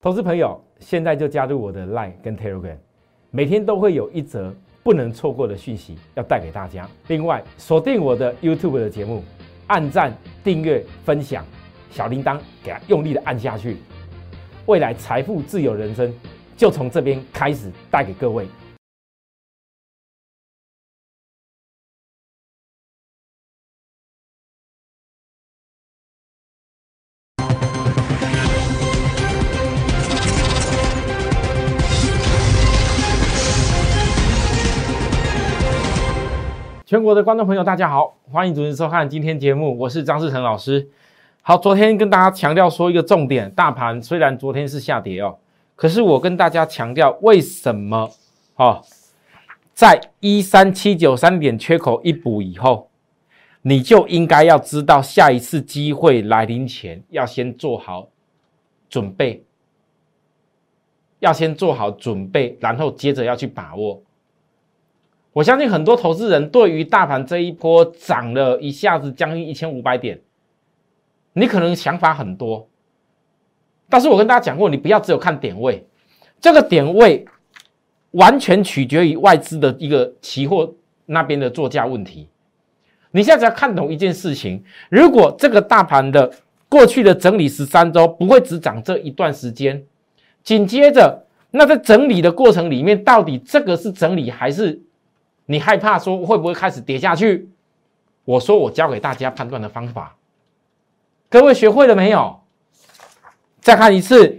投资朋友，现在就加入我的 LINE 跟 Telegram， 每天都会有一则不能错过的讯息要带给大家。另外，锁定我的 YouTube 的节目，按赞、订阅、分享，小铃铛给它用力的按下去。未来财富自由人生就从这边开始带给各位。全国的观众朋友，大家好，欢迎准时收看今天节目，我是张士诚老师。好，昨天跟大家强调说一个重点，大盘虽然昨天是下跌哦，可是我跟大家强调为什么在13793点缺口一补以后，你就应该要知道下一次机会来临前要先做好准备，然后接着要去把握。我相信很多投资人对于大盘这一波涨了一下子将近1500点，你可能想法很多，但是我跟大家讲过，你不要只有看点位，这个点位完全取决于外资的一个期货那边的作价问题。你现在只要看懂一件事情，如果这个大盘的过去的整理13周不会只涨这一段时间，紧接着那在整理的过程里面，到底这个是整理还是你害怕说会不会开始跌下去？我说我教给大家判断的方法，各位学会了没有？再看一次，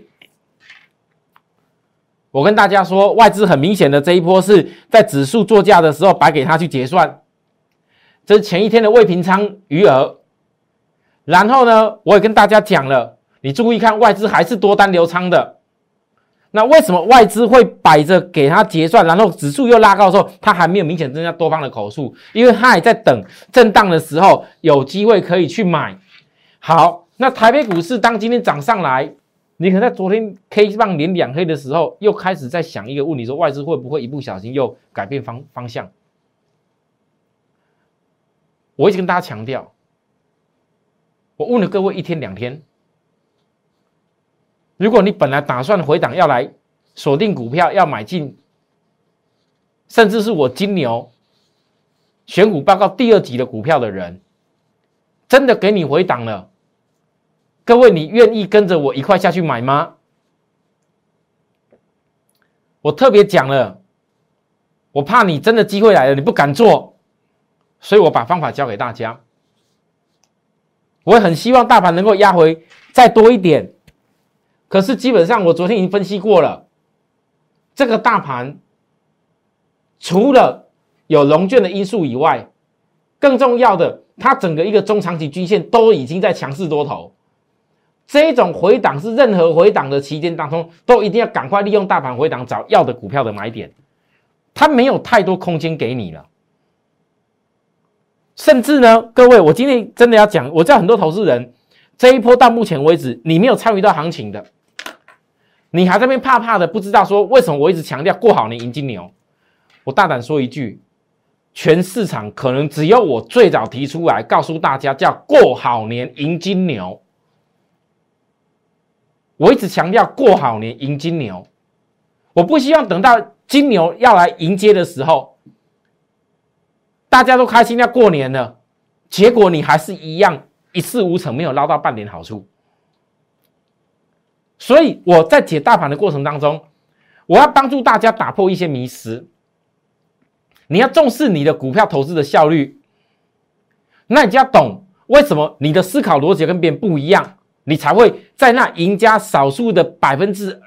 我跟大家说，外资很明显的这一波是在指数作价的时候摆给他去结算，这是前一天的未平仓余额。然后呢，我也跟大家讲了，你注意看，外资还是多单流仓的。那为什么外资会摆着给他结算，然后指数又拉高的时候，他还没有明显增加多方的口数？因为他还在等震荡的时候有机会可以去买。好，那台北股市当今天涨上来，你可能在昨天 K 棒连两黑的时候，又开始在想一个问题，说外资会不会一不小心又改变方向？我一直跟大家强调，我问了各位1天2天，如果你本来打算回档要来锁定股票要买进，甚至是我金牛选股报告第2集的股票的人，真的给你回档了，各位你愿意跟着我一块下去买吗？我特别讲了，我怕你真的机会来了你不敢做，所以我把方法教给大家。我也很希望大盘能够压回再多一点，可是基本上我昨天已经分析过了，这个大盘除了有融券的因素以外，更重要的，它整个一个中长期均线都已经在强势多头。这一种回档是任何回档的期间当中，都一定要赶快利用大盘回档找要的股票的买点，它没有太多空间给你了。甚至呢，各位，我今天真的要讲，我知道很多投资人这一波到目前为止，你没有参与到行情的，你还在那边怕怕的，不知道说为什么我一直强调过好年迎金牛。我大胆说一句，全市场可能只有我最早提出来告诉大家叫过好年迎金牛。我一直强调过好年迎金牛，我不希望等到金牛要来迎接的时候，大家都开心要过年了，结果你还是一样一事无成，没有捞到半点好处。所以我在解大盘的过程当中，我要帮助大家打破一些迷思。你要重视你的股票投资的效率，那你就要懂为什么你的思考逻辑跟别人不一样，你才会在那赢家少数的20%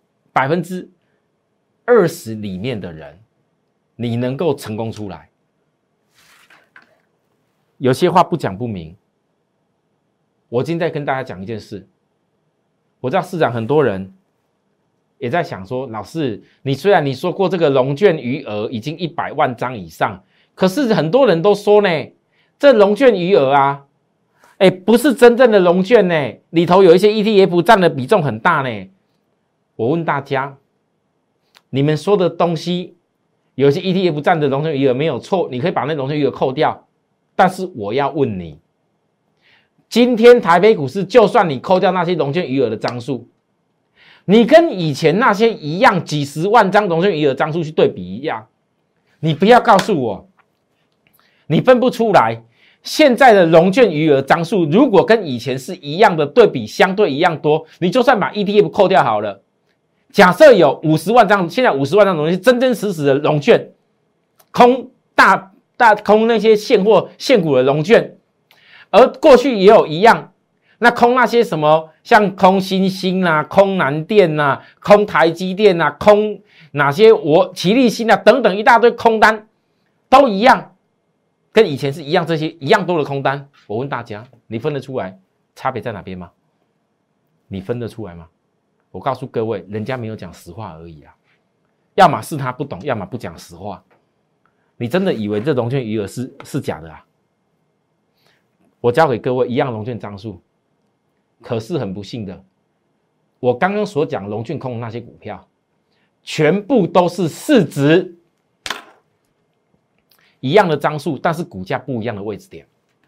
里面的人，你能够成功出来。有些话不讲不明。我今天在跟大家讲一件事，我知道市场很多人也在想说，老师，你虽然你说过这个融券余额已经100万张以上，可是很多人都说呢，这融券余额啊，不是真正的融券呢，里头有一些 ETF 占的比重很大呢。我问大家，你们说的东西，有些 ETF 占的融券余额没有错，你可以把那融券余额扣掉。但是我要问你，今天台北股市就算你扣掉那些融券余额的张数， 你跟以前那些一样几十万张融券余额张数去对比一样，你不要告诉我你分不出来。现在的融券余额张数如果跟以前是一样的，对比相对一样多，你就算把 ETF 扣掉好了，假设有50万张，现在50万张融券是真真实实的融券，空大空那些现货现股的融券，而过去也有一样，那空那些什么像空新兴啊、空南电啊、空台积电啊、空哪些奇力新啊等等一大堆空单，都一样。跟以前是一样，这些一样多的空单，我问大家，你分得出来差别在哪边吗？你分得出来吗？我告诉各位，人家没有讲实话而已啊，要么是他不懂，要么不讲实话。你真的以为这融券余额是假的啊？我教给各位一样融券张数，可是很不幸的，我刚刚所讲融券空的那些股票，全部都是市值一样的张数，但是股价不一样的位置点。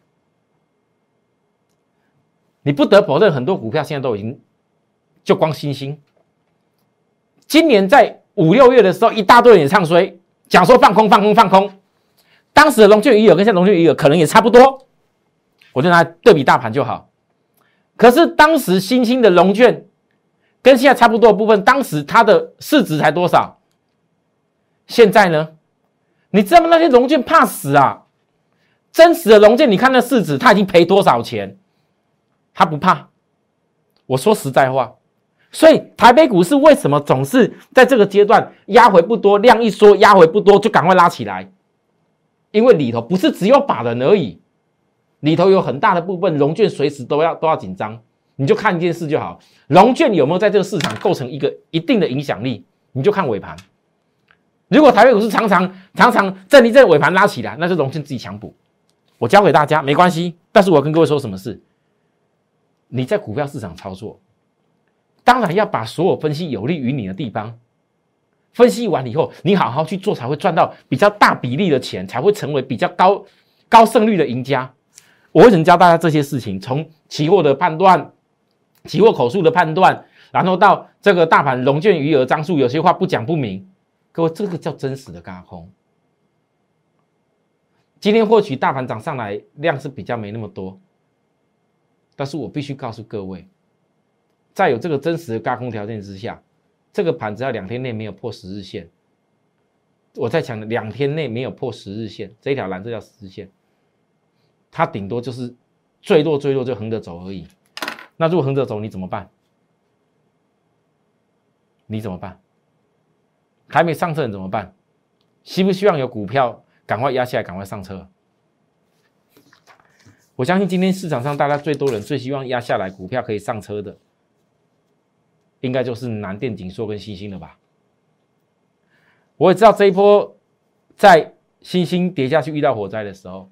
你不得否认，很多股票现在都已经，就光新兴，今年在5、6月的时候，一大堆人也唱衰，讲说放空。当时的融券余额跟现在融券余额可能也差不多，我就拿来对比大盘就好。可是当时新兴的融券跟现在差不多的部分，当时它的市值才多少？现在呢？你知道吗？那些融券怕死啊！真实的融券，你看那市值，它已经赔多少钱？它不怕。我说实在话，所以台北股市为什么总是在这个阶段压回不多，量一缩压回不多，就赶快拉起来？因为里头不是只有法人而已，里头有很大的部分融券随时都要紧张。你就看一件事就好，融券有没有在这个市场构成一个一定的影响力，你就看尾盘。如果台北股市常常震一震尾盘拉起来，那就融券自己强补。我教给大家没关系，但是我跟各位说什么事？你在股票市场操作，当然要把所有分析有利于你的地方分析完以后，你好好去做，才会赚到比较大比例的钱，才会成为比较高胜率的赢家。我为什么教大家这些事情？从期货的判断、期货口数的判断，然后到这个大盘融券余额张数，有些话不讲不明。各位，这个叫真实的軋空。今天或许大盘涨上来，量是比较没那么多，但是我必须告诉各位，在有这个真实的軋空条件之下，这个盘只要2天内没有破10日线，我在讲2天内没有破10日线，这一条蓝色叫10日线，它顶多就是最弱就横着走而已。那如果横着走，你怎么办？你怎么办？还没上车人怎么办？希不希望有股票赶快压下来，赶快上车？我相信今天市场上大家最多人最希望压下来股票可以上车的，应该就是南电、景硕跟新兴了吧？我也知道这一波在新兴跌下去遇到火灾的时候，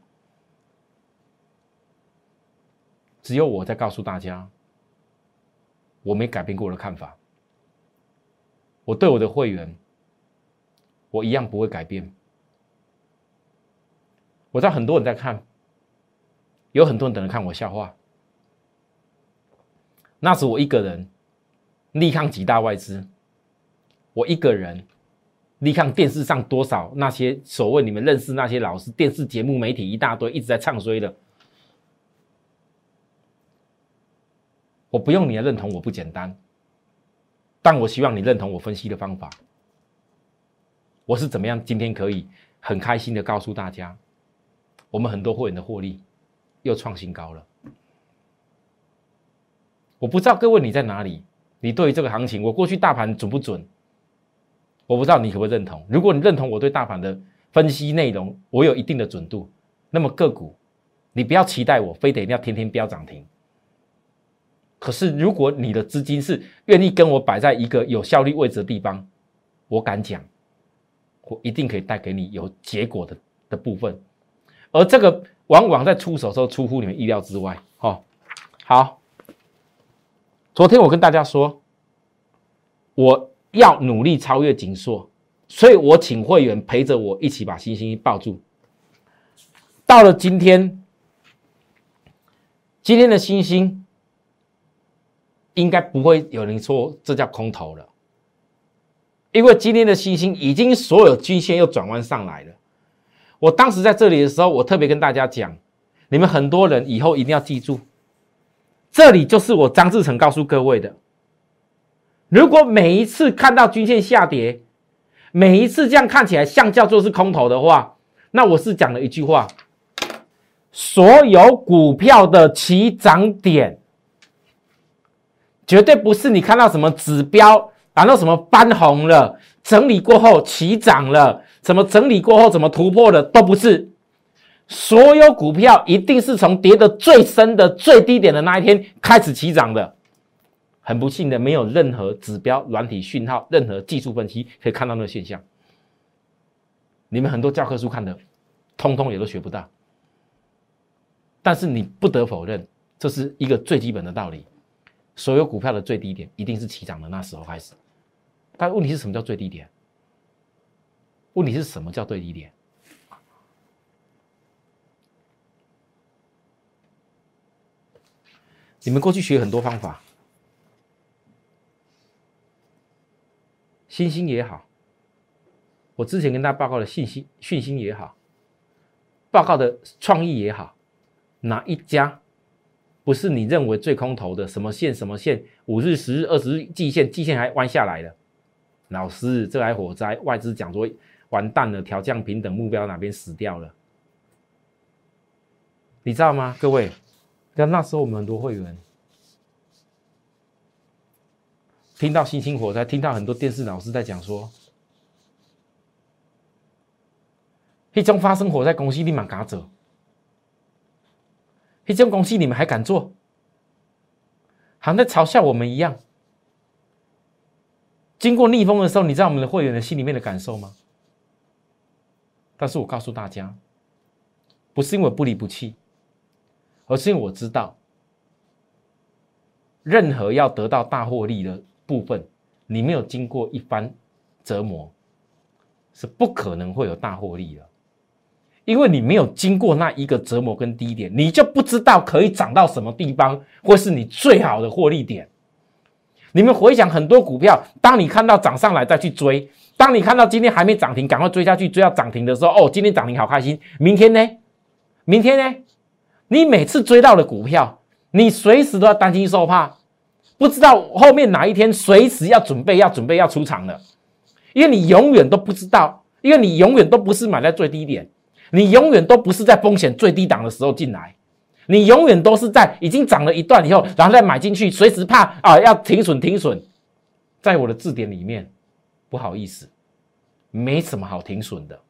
只有我在告诉大家，我没改变过我的看法，我对我的会员，我一样不会改变。我知道很多人在看，有很多人等着看我笑话。那时我一个人力抗几大外资，我一个人力抗电视上多少那些所谓你们认识那些老师，电视节目媒体一大堆一直在唱衰的。我不用你的认同，我不简单，但我希望你认同我分析的方法。我是怎么样今天可以很开心的告诉大家，我们很多会员的获利又创新高了。我不知道各位你在哪里，你对于这个行情，我过去大盘准不准？我不知道你可不可以认同。如果你认同我对大盘的分析内容，我有一定的准度，那么个股你不要期待我非得一定要天天飙涨停。可是如果你的资金是愿意跟我摆在一个有效率位置的地方，我敢讲，我一定可以带给你有结果的部分，而这个往往在出手的时候出乎你们意料之外。好，昨天我跟大家说，我要努力超越景硕，所以我请会员陪着我一起把新兴抱住。到了今天的新兴， 应该不会有人说这叫空头了，因为今天的星星已经所有均线又转弯上来了。我当时在这里的时候，我特别跟大家讲，你们很多人以后一定要记住，这里就是我张志成告诉各位的。如果每一次看到均线下跌，每一次这样看起来像叫做是空头的话，那我是讲了一句话：所有股票的起涨点，绝对不是你看到什么指标，然后什么翻红了，整理过后起涨了，什么整理过后怎么突破的，都不是。所有股票一定是从跌得最深的最低点的那一天开始起涨的。很不幸的，没有任何指标、软体讯号、任何技术分析可以看到那个现象。你们很多教科书看的，通通也都学不到。但是你不得否认，这是一个最基本的道理。所有股票的最低点一定是起涨的那时候开始。但问题是什么叫最低点？问题是什么叫最低点？你们过去学很多方法，新兴也好，我之前跟大家报告的讯星也好，报告的创意也好，哪一家不是你认为最空头的？什么线什么线，5日、10日、20日季线还弯下来了。老师，这还火灾，外资讲说完蛋了，调降平等目标哪边死掉了？你知道吗，各位？那时候我们很多会员听到新兴火灾，听到很多电视老师在讲说，那种发生火灾公司你们敢做？那种公司你们还敢做？好像在嘲笑我们一样。经过逆风的时候，你知道我们的会员的心里面的感受吗？但是我告诉大家，不是因为不离不弃，而是因为我知道，任何要得到大获利的部分，你没有经过一番折磨，是不可能会有大获利的。因为你没有经过那一个折磨跟低点，你就不知道可以涨到什么地方，或是你最好的获利点。你们回想很多股票，当你看到涨上来再去追，当你看到今天还没涨停，赶快追下去，追到涨停的时候，哦，今天涨停好开心。明天呢？明天呢？你每次追到的股票，你随时都要担惊受怕，不知道后面哪一天随时要准备要出场了，因为你永远都不知道，因为你永远都不是买在最低点，你永远都不是在风险最低档的时候进来。你永远都是在已经涨了一段以后，然后再买进去，随时怕要停损。在我的字典里面，不好意思，没什么好停损的。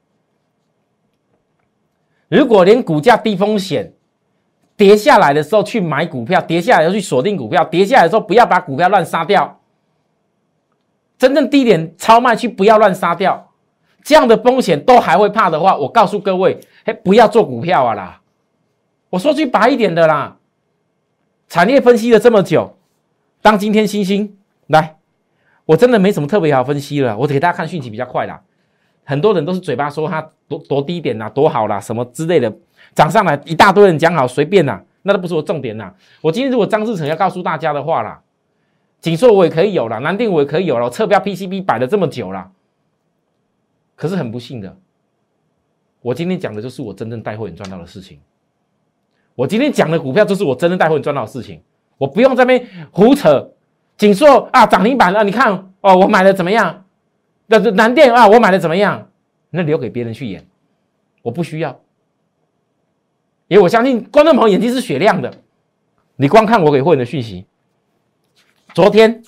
如果连股价低风险跌下来的时候去买股票，跌下来要去锁定股票，跌下来的时候不要把股票乱杀掉，真正低点超卖去不要乱杀掉，这样的风险都还会怕的话，我告诉各位，不要做股票啊啦。我说句白一点的啦，产业分析了这么久，当今天新兴来，我真的没什么特别好分析了，我给大家看讯息比较快啦。很多人都是嘴巴说它多低点啦，多好啦，什么之类的，涨上来一大堆人讲好，随便啦，那都不是我重点啦。我今天如果张志成要告诉大家的话啦，景硕我也可以有啦，南电我也可以有啦，侧标 PCB 摆了这么久啦，可是很不幸的，我今天讲的就是我真正带会员赚到的事情。我今天讲的股票就是我真正带会员赚到的事情，我不用在那边胡扯。景硕涨停板了，你看我买的怎么样？南电我买的怎么样？那留给别人去演，我不需要。因为我相信观众朋友眼睛是雪亮的，你光看我给会员的讯息。昨天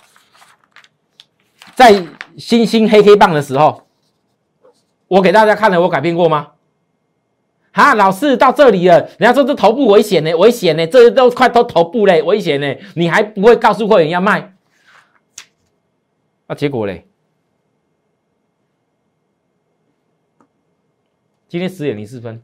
在新兴黑 K 棒的时候，我给大家看了，我改变过吗？老师到这里了，人家说这头部危险呢，危险呢，这都快都头部嘞，危险呢，你还不会告诉会员要卖？结果嘞，今天10点04分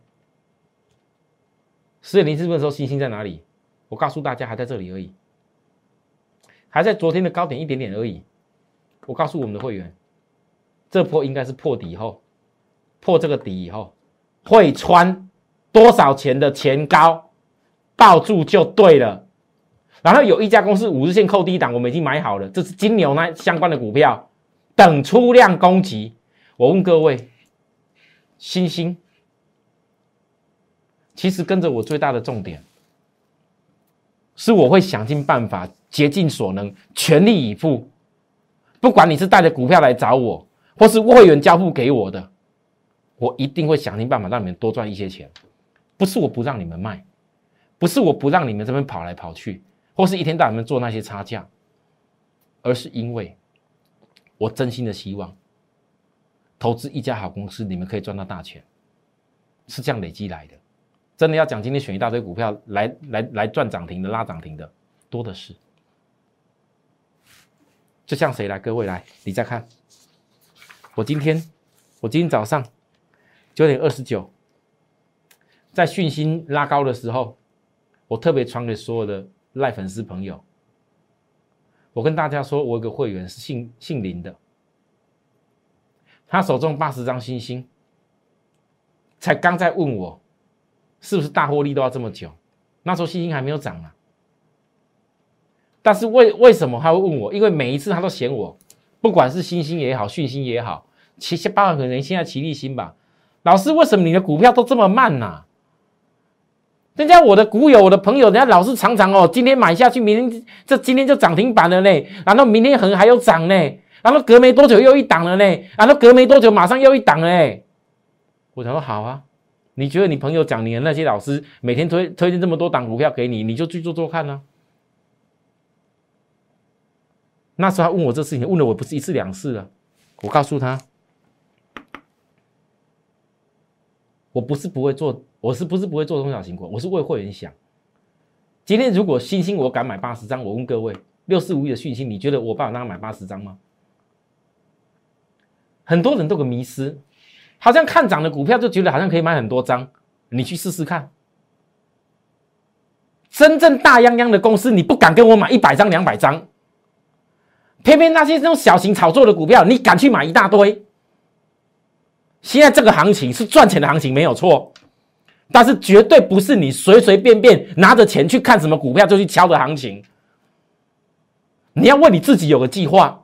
，10点04分的时候，星星在哪里？我告诉大家，还在这里而已，还在昨天的高点一点点而已。我告诉我们的会员，这波应该是破底以后，破这个底以后。会穿多少钱的前高，抱住就对了。 然后有一家公司50线扣低档，我们已经买好了，这是金牛那相关的股票，等出量攻击。我问各位，星星，其实跟着我最大的重点，是我会想尽办法，竭尽所能，全力以赴。不管你是带着股票来找我，或是会员交付给我的，我一定会想尽办法让你们多赚一些钱。不是我不让你们卖，不是我不让你们这边跑来跑去，或是一天到晚做那些差价，而是因为我真心的希望投资一家好公司，你们可以赚到大钱，是这样累积来的。真的要讲今天选一大堆股票来赚涨停的、拉涨停的多的是。就像谁来？各位来，你再看，我今天早上9点29，在讯息拉高的时候，我特别传给所有的赖粉丝朋友，我跟大家说，我有个会员是姓林的，他手中80张星星，才刚在问我，是不是大获利都要这么久？那时候星星还没有涨啊。但是为什么他会问我？因为每一次他都嫌我，不管是星星也好，讯星也好，包含可能现在奇力新吧，老师为什么你的股票都这么慢啊？人家我的股友、我的朋友，人家老是常常今天买下去，今天就涨停板了呢，然后明天可能还有涨呢，然后隔没多久又一档了呢，然后隔没多久马上又一档了呢。我想说好啊，你觉得你朋友讲你的那些老师每天推荐这么多档股票给你，你就去做看啊。那时候他问我这事情，问了我不是1次2次了。我告诉他，我不是不会做，我是不是不会做中小型股？我是为会员想。今天如果星星我敢买80张，我问各位，6451的讯息，你觉得我办法让他买80张吗？很多人都有个迷思，好像看涨的股票就觉得好像可以买很多张，你去试试看。真正大泱泱的公司，你不敢跟我买100张、200张。偏偏那些这种小型炒作的股票，你敢去买一大堆。现在这个行情是赚钱的行情，没有错，但是绝对不是你随随便便拿着钱去看什么股票就去敲的行情。你要为你自己有个计划。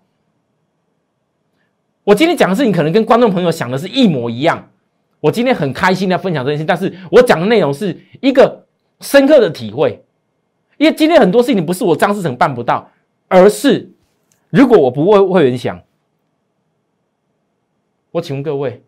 我今天讲的事情可能跟观众朋友想的是一模一样。我今天很开心的分享这件事情，但是我讲的内容是一个深刻的体会。因为今天很多事情不是我张士诚办不到，而是如果我不为会员想，我请问各位，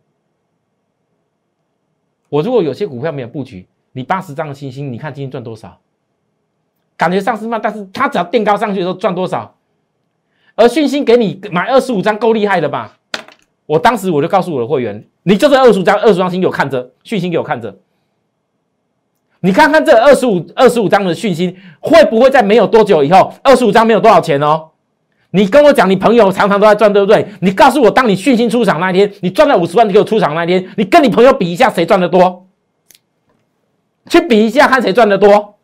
我如果有些股票没有布局，你80张的星星，你看今天赚多少？感觉上是慢，但是它只要垫高上去的时候赚多少？而讯息给你买25张够厉害了吧？我当时我就告诉我的会员，你就这25张星给我看着，讯息给我看着，你看看这25张的讯息会不会在没有多久以后，25张没有多少钱哦？你跟我讲，你朋友常常都在赚，对不对？你告诉我，当你讯息出场那一天，你赚了50万，你给我出场那一天，你跟你朋友比一下，谁赚得多？去比一下，看谁赚得多。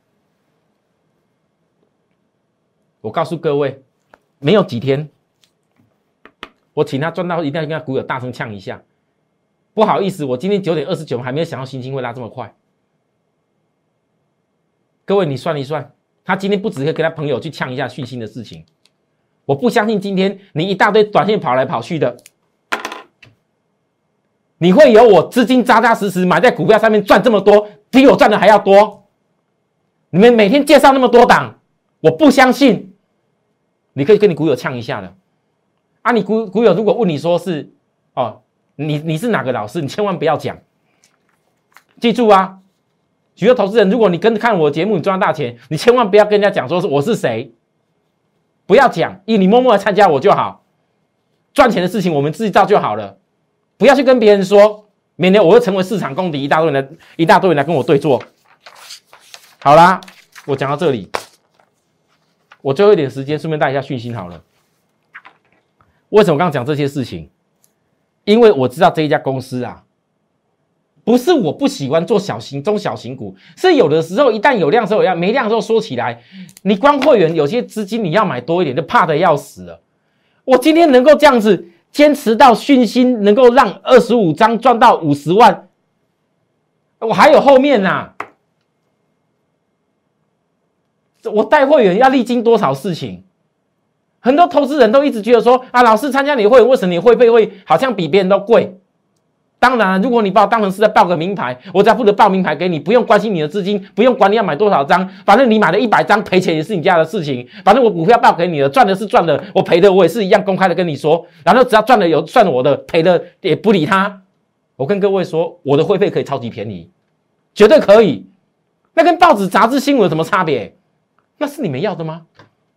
我告诉各位，没有几天，我请他赚到，一定要跟他股友大声呛一下。不好意思，我今天9点29还没有想到星星会拉这么快。各位，你算一算，他今天不只可以跟他朋友去呛一下讯息的事情。我不相信今天你一大堆短线跑来跑去的，你会有我资金扎扎实实买在股票上面赚这么多，比我赚的还要多。你们每天介绍那么多档，我不相信。你可以跟你股友呛一下的啊！你股友如果问你说是你是哪个老师，你千万不要讲。记住啊，许多投资人，如果你看我的节目，你赚大钱，你千万不要跟人家讲说是我是谁。不要讲，你默默的参加我就好，赚钱的事情我们自己造就好了，不要去跟别人说，免得我会成为市场公敌，一大堆人来跟我对坐。好啦，我讲到这里，我最后一点时间顺便带一下讯息好了。为什么刚刚讲这些事情？因为我知道这一家公司啊，不是我不喜欢做中小型股，是有的时候一旦有量的时候有量，没量的时候说起来，你光会员有些资金你要买多一点，就怕的要死了。我今天能够这样子坚持到讯息能够让25张赚到50万，我还有后面啊。 我带会员要历经多少事情？很多投资人都一直觉得说啊，老师参加你的会员，为什么你会费会好像比别人都贵？当然，如果你把我当成是在报个名牌，我只要负责报名牌给你，不用关心你的资金，不用管你要买多少张，反正你买了100张，赔钱也是你家的事情。反正我股票报给你了，赚的是赚的，我赔的我也是一样公开的跟你说。然后只要赚的有算我的，赔的也不理他。我跟各位说，我的会费可以超级便宜，绝对可以。那跟报纸、杂志、新闻有什么差别？那是你们要的吗？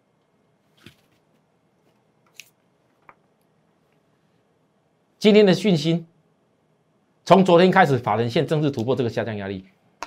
今天的讯息。从昨天开始，法人线正式突破这个下降压力，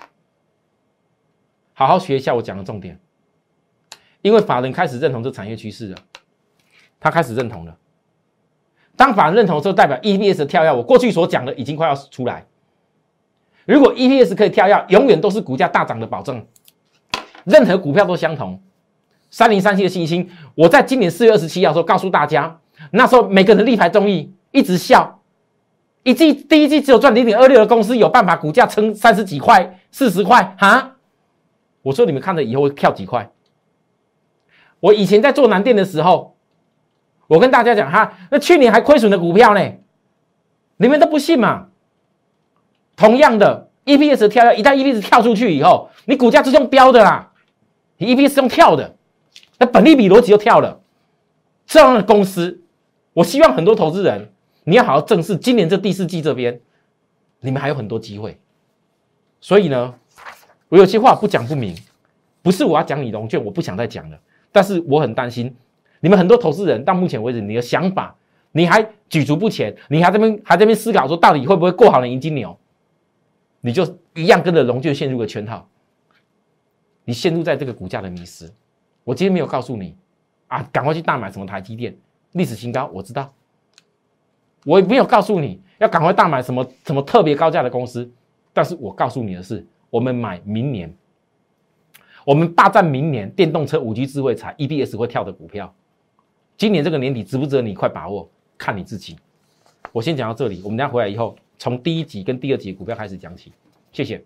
好好学一下我讲的重点，因为法人开始认同这产业趋势了，他开始认同了。当法人认同的时候，代表 EPS 的跳跃，我过去所讲的已经快要出来。如果 EPS 可以跳跃，永远都是股价大涨的保证。任何股票都相同。3037的信心，我在今年4月27号的时候告诉大家，那时候每个人力排众议，一直笑。第一季只有赚 0.26 的公司有办法股价撑30几块、40块哈？我说你们看着以后会跳几块。我以前在做南电的时候，我跟大家讲哈，那去年还亏损的股票呢，你们都不信嘛？同样的 EPS 跳，一旦 EPS 跳出去以后，你股价是用飙的啦，你 EPS 用跳的，那本利比逻辑就跳了。这样的公司，我希望很多投资人。你要好好正视今年这第4季这边，你们还有很多机会。所以呢，我有些话不讲不明，不是我要讲你融券，我不想再讲了。但是我很担心，你们很多投资人到目前为止，你的想法你还举足不前，你还在那边思考说到底会不会过好的赢金牛，你就一样跟着融券陷入了圈套，你陷入在这个股价的迷失。我今天没有告诉你啊，赶快去大买什么台积电历史新高，我知道。我也没有告诉你要赶快大买什么特别高价的公司，但是我告诉你的是，我们买明年，我们霸占明年电动车、5G 智慧财 EPS 会跳的股票。今年这个年底值不值得你快把握，看你自己。我先讲到这里，我们等一下回来以后，从第1集跟第2集的股票开始讲起。谢谢。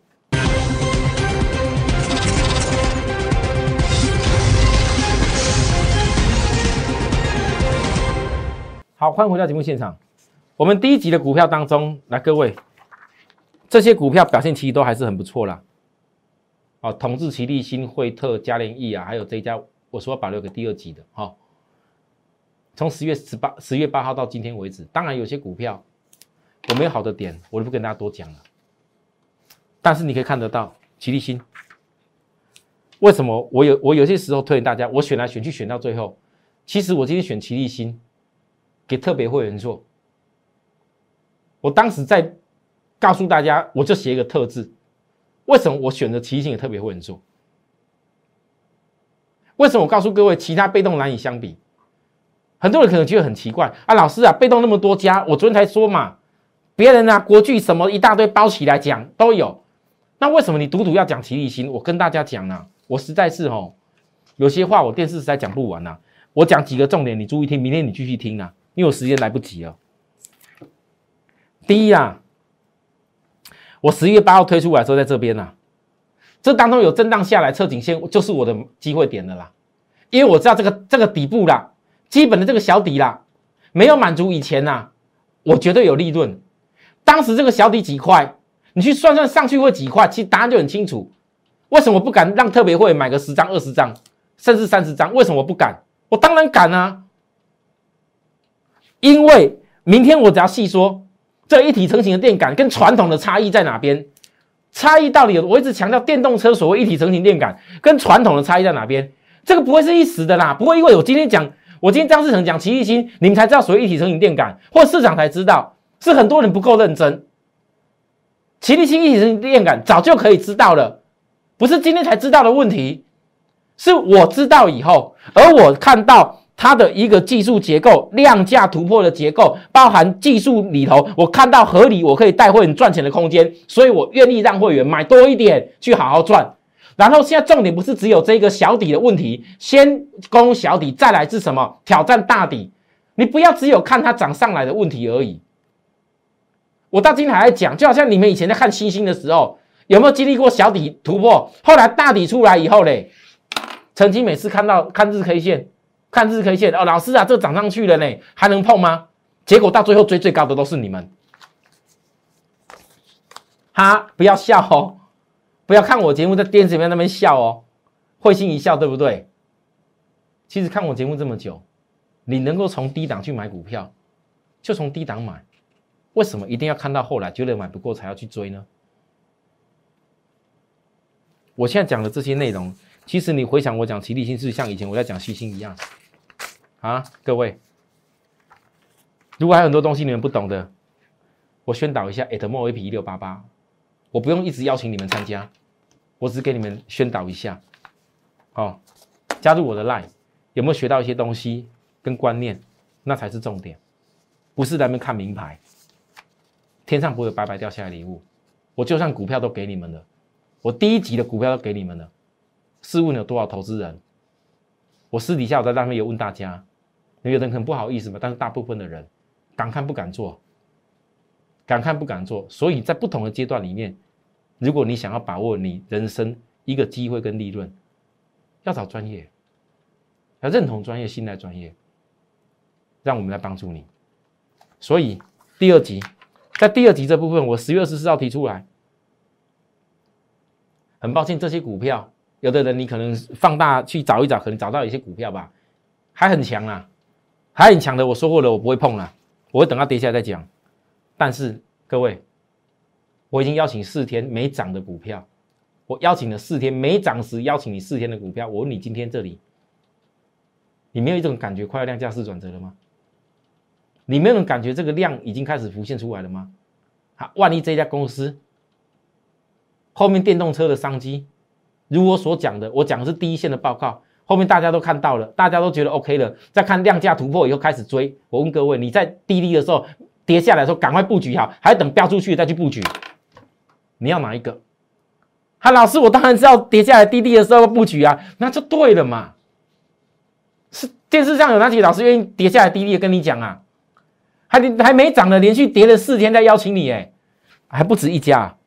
好，欢迎回到节目现场。我们第1集的股票当中，来各位，这些股票表现其实都还是很不错啦。哦，统治、奇力新、惠特、嘉联益啊，还有这一家，我说要保留给第2集的哈。从10月8号到今天为止，当然有些股票我没有好的点，我就不跟大家多讲了。但是你可以看得到，奇力新为什么我有些时候推荐大家，我选来选去选到最后，其实我今天选奇力新给特别会员做。我当时在告诉大家，我就写一个特字。为什么我选择奇力新的特别会员做？为什么我告诉各位其他被动难以相比？很多人可能觉得很奇怪啊，老师啊，被动那么多家，我昨天才说嘛，别人啊国巨什么一大堆包起来讲都有，那为什么你独独要讲奇力新？我跟大家讲啊，我实在是有些话我电视实在讲不完啊，我讲几个重点，你注意听，明天你继续听啊，因为我时间来不及了。第一啊，我11月8号推出来的时候在这边啊，这当中有震荡下来测颈线，就是我的机会点了啦。因为我知道这个底部啦，基本的这个小底啦，没有满足以前啊，我绝对有利润。当时这个小底几块，你去算算上去会几块，其实答案就很清楚。为什么不敢让特别会买个10张、20张，甚至30张？为什么我不敢？我当然敢啊，因为明天我只要细说。这一体成型的电感跟传统的差异在哪边？差异到底有？我一直强调电动车所谓一体成型电感跟传统的差异在哪边？这个不会是一时的啦，不会因为我今天张志成讲奇力新，你们才知道所谓一体成型电感，或市场才知道，是很多人不够认真。奇力新一体成型电感早就可以知道了，不是今天才知道的问题，是我知道以后，而我看到。它的一个技术结构、量价突破的结构，包含技术里头，我看到合理，我可以带会员赚钱的空间，所以我愿意让会员买多一点，去好好赚。然后现在重点不是只有这个小底的问题，先攻小底，再来是什么？挑战大底。你不要只有看它涨上来的问题而已。我到今天还在讲，就好像你们以前在看星星的时候，有没有经历过小底突破，后来大底出来以后嘞？ 曾经每次看日 K 线，看日 K 线哦，老师啊，这涨上去了呢，还能碰吗？结果到最后追最高的都是你们。哈，不要笑哦，不要看我节目在电视里面那边笑哦，会心一笑，对不对？其实看我节目这么久，你能够从低档去买股票，就从低档买，为什么一定要看到后来觉得买不过才要去追呢？我现在讲的这些内容，其实你回想我讲奇力新是像以前我在讲西星一样啊，各位，如果还有很多东西你们不懂的，我宣导一下 @moap1688，我不用一直邀请你们参加，我只是给你们宣导一下，哦，加入我的 LINE， 有没有学到一些东西跟观念，那才是重点，不是在那边看名牌，天上不会白白掉下来礼物，我就算股票都给你们了。我第一集的股票都给你们了，试问有多少投资人？我私底下我在那边有问大家，有的人可能不好意思嘛，但是大部分的人敢看不敢做，敢看不敢做，所以在不同的阶段里面，如果你想要把握你人生一个机会跟利润，要找专业，要认同专业，信赖专业，让我们来帮助你。所以第二集，在第二集这部分，我10月24号提出来。很抱歉，这些股票，有的人你可能放大去找一找，可能找到一些股票吧，还很强啦，还很强的。我说过了，我不会碰啦，我会等它跌下来再讲。但是各位，我已经邀请4天没涨的股票，我邀请了4天没涨时邀请你4天的股票。我问你，今天这里，你没有一种感觉快要量价势转折了吗？你没有感觉这个量已经开始浮现出来了吗？好，万一这家公司后面电动车的商机，如我所讲的，我讲的是第一线的报告，后面大家都看到了，大家都觉得 OK 了，再看量价突破以后开始追。我问各位，你在低的时候跌下来的时候赶快布局好，还等飙出去再去布局？你要哪一个？老师，我当然是要跌下来低的时候布局啊，那就对了嘛。是电视上有哪几个老师愿意跌下来低的跟你讲啊？还没涨的，连续跌了4天再邀请你，还不止一家啊。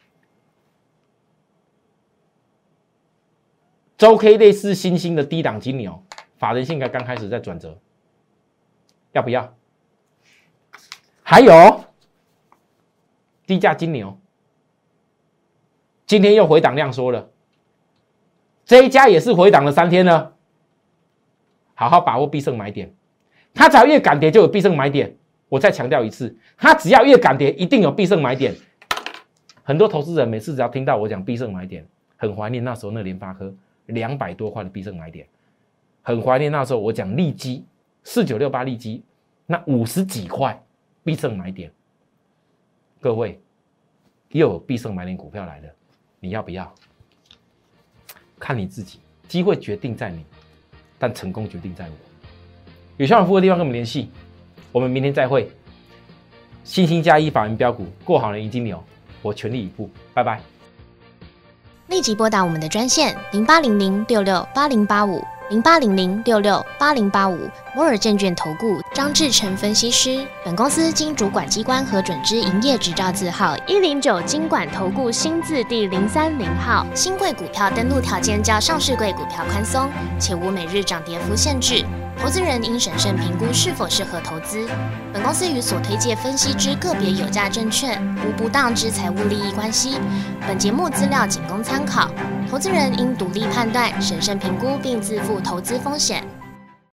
周 K 类似新兴的低档金牛，法人性格刚开始在转折，要不要？还有低价金牛，今天又回档量缩了，这一家也是回档了3天了，好好把握必胜买点，它只要越敢跌就有必胜买点。我再强调一次，它只要越敢跌，一定有必胜买点。很多投资人每次只要听到我讲必胜买点，很怀念那时候那联发科200多块的必胜买点，很怀念那时候我讲利基4968利基那50几块必胜买点。各位，又有必胜买点股票来了，你要不要？看你自己，机会决定在你，但成功决定在我。有需要服务的地方跟我们联系，我们明天再会。信心加1法人标股，过好人赢金牛，我全力以赴，拜拜。 立即拨打我们的专线0800668085 0800668085摩尔证券投顾张志成分析师。本公司经主管机关核准之营业执照字号109金管投顾新字第030号。新贵股票登录条件较上市贵股票宽松，且无每日涨跌幅限制。投资人应审慎评估是否适合投资。本公司与所推介分析之个别有价证券无不当之财务利益关系。本节目资料仅供参考，投资人应独立判断、审慎评估并自负投资风险。